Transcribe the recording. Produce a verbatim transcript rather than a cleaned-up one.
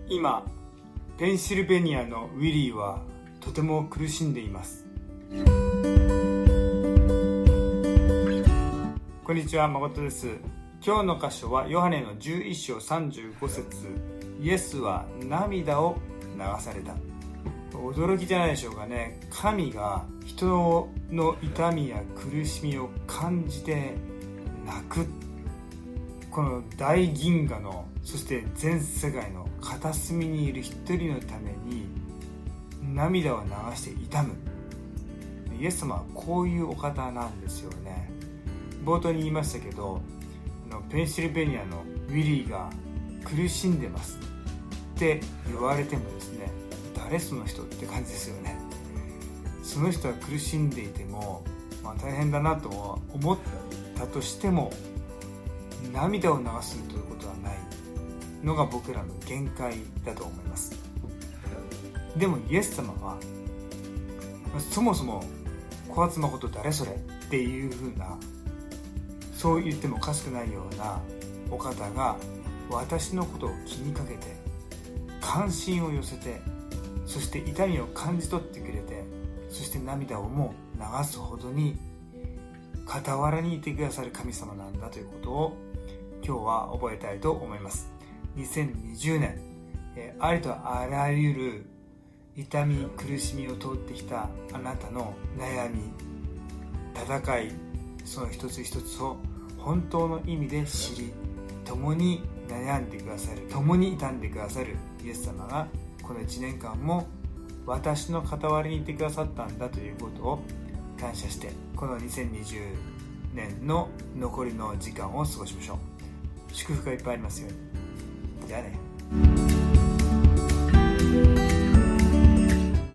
今ペンシルベニアのウィリーはとても苦しんでいます。こんにちは、誠です。今日の箇所はヨハネのじゅういっ章さんじゅうご節、イエスは涙を流された。驚きじゃないでしょうかね。神が人の痛みや苦しみを感じて泣く。この大銀河の、そして全世界の片隅にいる一人のために涙を流して痛む。イエス様はこういうお方なんですよね。冒頭に言いましたけど、ペンシルベニアのウィリーが苦しんでますって言われてもですね、誰その人って感じですよね。その人は苦しんでいても、まあ、大変だなと思ったとしても涙を流すということはないのが僕らの限界だと思います。でもイエス様はそもそも小松誠誰それっていう風な、そう言ってもおかしくないようなお方が私のことを気にかけて関心を寄せて、そして痛みを感じ取ってくれて、そして涙をも流すほどに傍らにいてくださる神様なんだということを今日は覚えたいと思います。にせんにじゅうねん、ありとあらゆる痛み苦しみを通ってきたあなたの悩み戦い、その一つ一つを本当の意味で知り、共に悩んでくださる、共に傷んでくださるイエス様がこのいちねんかんも私の傍らにいてくださったんだということを感謝して、このにせんにじゅうねんの残りの時間を過ごしましょう。祝福がいっぱいありますように。じゃあね。